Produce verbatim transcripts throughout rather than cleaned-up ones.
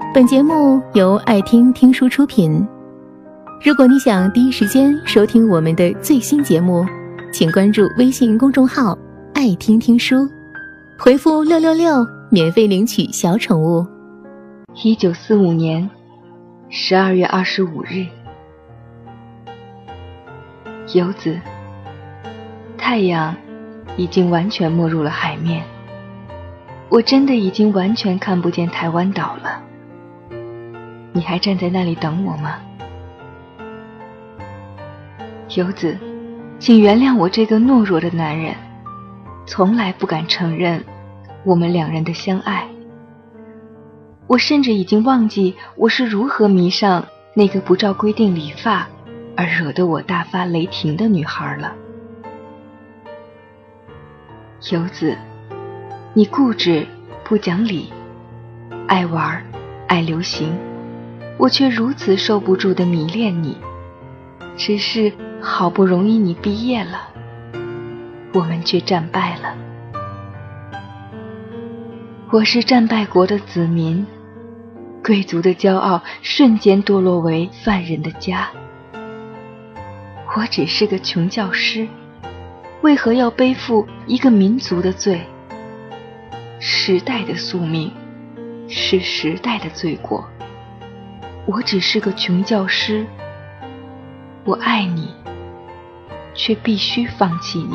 本节目由爱听听书出品。如果你想第一时间收听我们的最新节目，请关注微信公众号爱听听书，回复六六六免费领取小宠物。 一九四五年十二月二十五日，游子，太阳已经完全没入了海面，我真的已经完全看不见台湾岛了。你还站在那里等我吗？游子，请原谅我这个懦弱的男人，从来不敢承认我们两人的相爱。我甚至已经忘记我是如何迷上那个不照规定理发而惹得我大发雷霆的女孩了。游子，你固执不讲理，爱玩爱流行，我却如此受不住地迷恋你。只是好不容易你毕业了，我们却战败了。我是战败国的子民，贵族的骄傲瞬间堕落为犯人的家。我只是个穷教师，为何要背负一个民族的罪？时代的宿命是时代的罪过。我只是个穷教师，我爱你，却必须放弃你。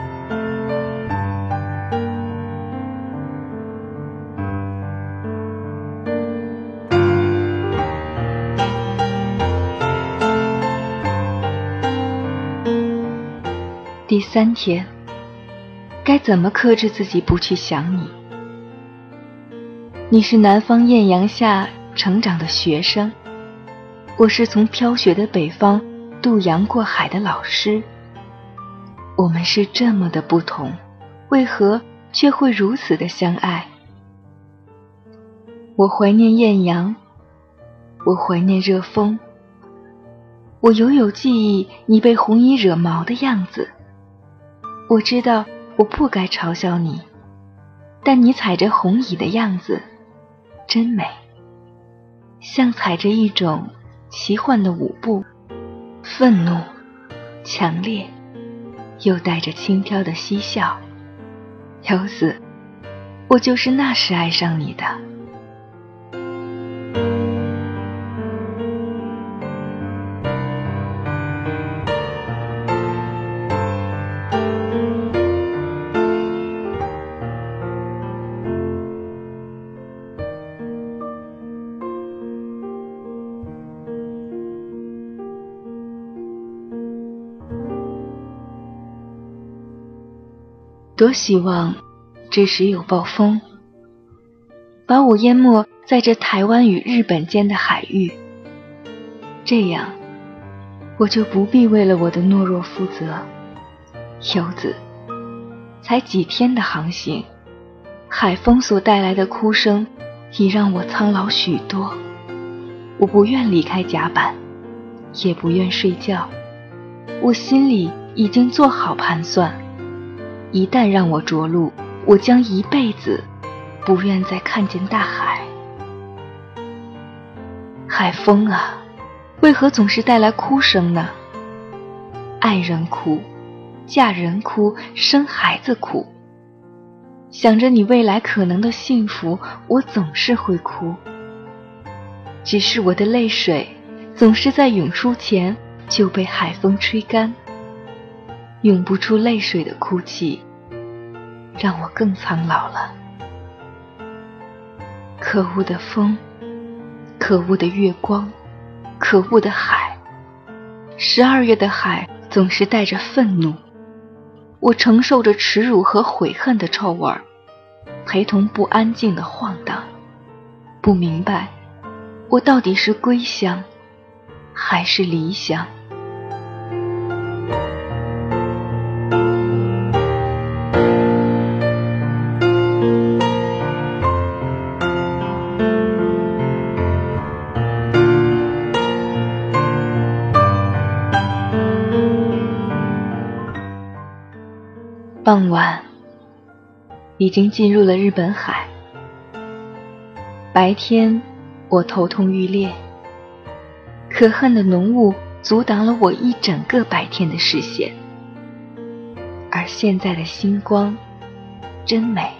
第三天，该怎么克制自己不去想你？你是南方艳阳下成长的学生，我是从飘雪的北方渡洋过海的老师。我们是这么的不同，为何却会如此的相爱？我怀念艳阳，我怀念热风，我犹有记忆你被红衣惹毛的样子。我知道我不该嘲笑你，但你踩着红椅的样子真美，像踩着一种奇幻的舞步，愤怒、强烈，又带着轻佻的嬉笑。游子，我就是那时爱上你的。多希望这时有暴风，把我淹没在这台湾与日本间的海域，这样我就不必为了我的懦弱负责。游子，才几天的航行，海风所带来的哭声已让我苍老许多。我不愿离开甲板，也不愿睡觉，我心里已经做好盘算，一旦让我着陆，我将一辈子不愿再看见大海。海风啊，为何总是带来哭声呢？爱人哭，嫁人哭，生孩子哭。想着你未来可能的幸福，我总是会哭。只是我的泪水总是在涌出前就被海风吹干，涌不出泪水的哭泣，让我更苍老了。可恶的风，可恶的月光，可恶的海。十二月的海总是带着愤怒，我承受着耻辱和悔恨的臭味儿，陪同不安静的晃荡，不明白我到底是归乡还是离乡。傍晚已经进入了日本海，白天我头痛欲裂。可恨的浓雾阻挡了我一整个白天的视线，而现在的星光真美。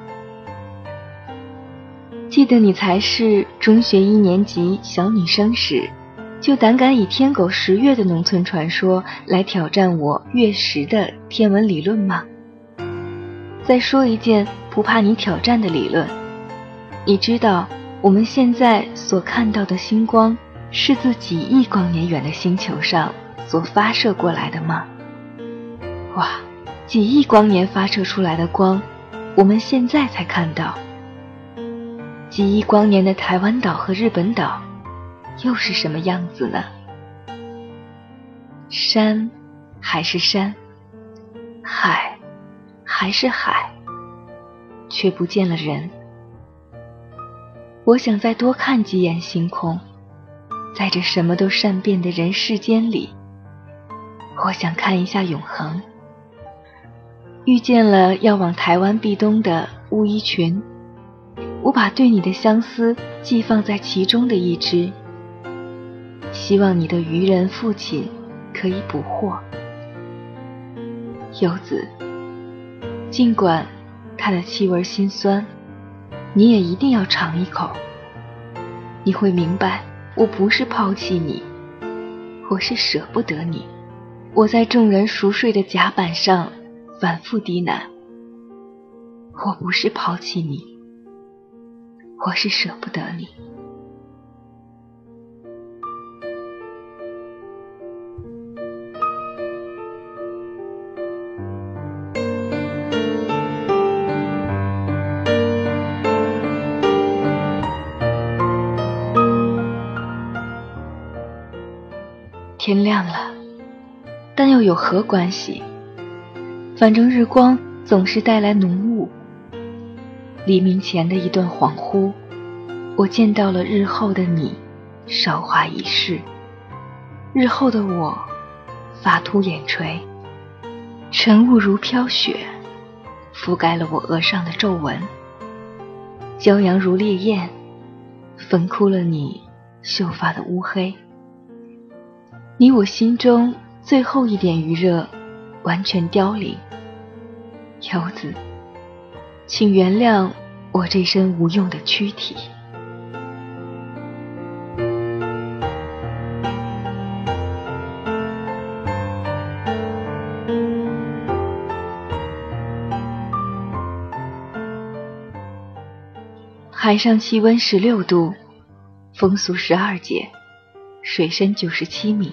记得你才是中学一年级小女生时，就胆敢以天狗食月的农村传说来挑战我月食的天文理论吗？再说一件不怕你挑战的理论，你知道我们现在所看到的星光是自几亿光年远的星球上所发射过来的吗？哇，几亿光年发射出来的光，我们现在才看到。几亿光年的台湾岛和日本岛又是什么样子呢？山还是山，海还是海，却不见了人。我想再多看几眼星空，在这什么都善变的人世间里，我想看一下永恒。遇见了要往台湾避冬的乌衣群，我把对你的相思寄放在其中的一只，希望你的渔人父亲可以捕获。游子，尽管它的气味辛酸，你也一定要尝一口。你会明白，我不是抛弃你，我是舍不得你。我在众人熟睡的甲板上反复低喃，我不是抛弃你，我是舍不得你。天亮了，但又有何关系？反正日光总是带来浓雾。黎明前的一段恍惚，我见到了日后的你韶华已逝，日后的我发秃眼垂，晨雾如飘雪，覆盖了我额上的皱纹。骄阳如烈焰，焚枯了你秀发的乌黑。你我心中最后一点余热完全凋零。游子，请原谅我这身无用的躯体。海上气温十六度，风速十二节，水深九十七米。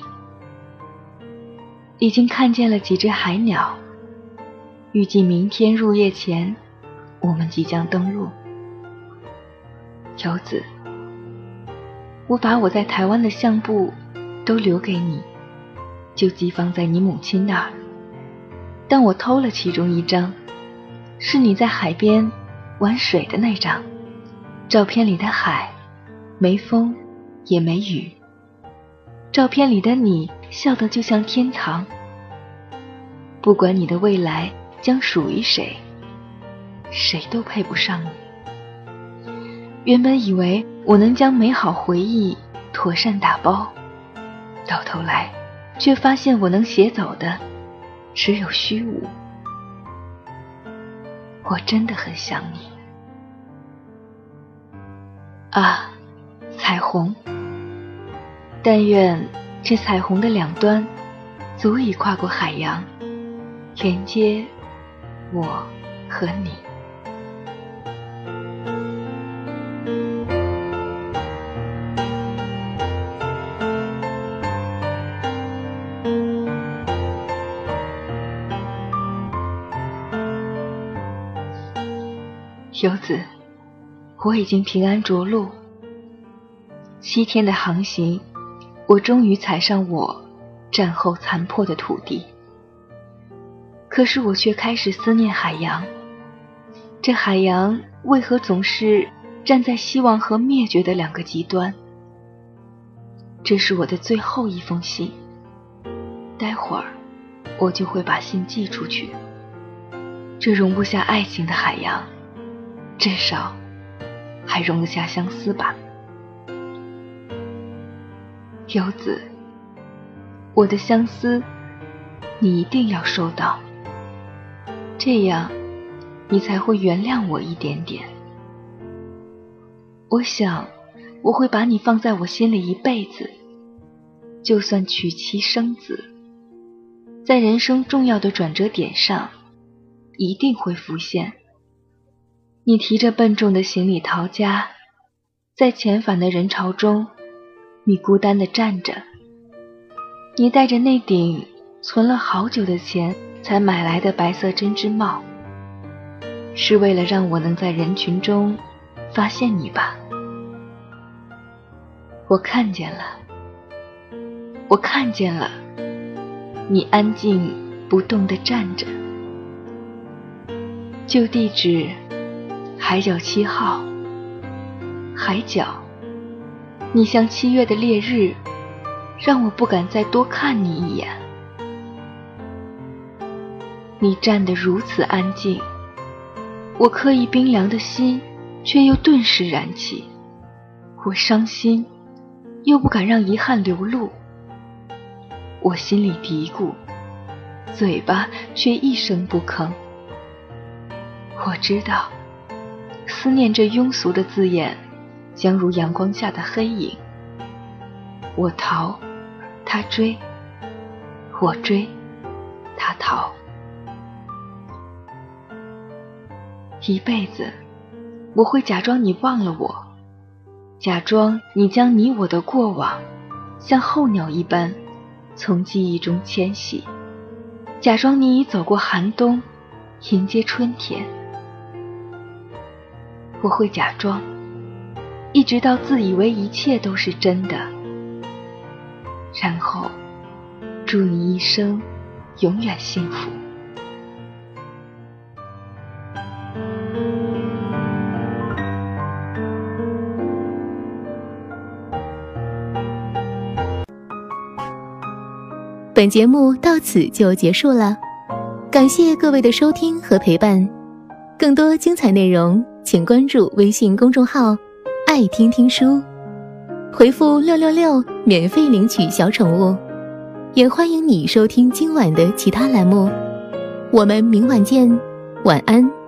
已经看见了几只海鸟，预计明天入夜前，我们即将登陆。游子，我把我在台湾的相簿都留给你，就寄放在你母亲那儿。但我偷了其中一张，是你在海边玩水的那张。照片里的海，没风也没雨。照片里的你笑得就像天堂。不管你的未来将属于谁，谁都配不上你。原本以为我能将美好回忆妥善打包，到头来却发现我能携走的只有虚无。我真的很想你啊，彩虹！但愿这彩虹的两端足以跨过海洋，连接我和你。游子，我已经平安着陆。七天的航行，我终于踩上我战后残破的土地。可是我却开始思念海洋，这海洋为何总是站在希望和灭绝的两个极端？这是我的最后一封信，待会儿我就会把信寄出去。这容不下爱情的海洋，至少还容得下相思吧。 游子，我的相思你一定要收到，这样你才会原谅我一点点。我想我会把你放在我心里一辈子，就算娶妻生子，在人生重要的转折点上一定会浮现。你提着笨重的行李逃家，在遣返的人潮中，你孤单地站着。你戴着那顶存了好久的钱才买来的白色针织帽，是为了让我能在人群中发现你吧。我看见了，我看见了，你安静不动地站着。旧地址海角七号。海角，你像七月的烈日，让我不敢再多看你一眼。你站得如此安静，我刻意冰凉的心却又顿时燃起。我伤心，又不敢让遗憾流露。我心里嘀咕，嘴巴却一声不吭。我知道，思念这庸俗的字眼将如阳光下的黑影。我逃，他追；我追，他逃。一辈子，我会假装你忘了我，假装你将你我的过往像候鸟一般从记忆中迁徙，假装你已走过寒冬，迎接春天。我会假装，一直到自以为一切都是真的，然后祝你一生永远幸福。 本节目到此就结束了，感谢各位的收听和陪伴。更多精彩内容请关注微信公众号爱听听书，回复六六六免费领取小宠物。也欢迎你收听今晚的其他栏目，我们明晚见，晚安。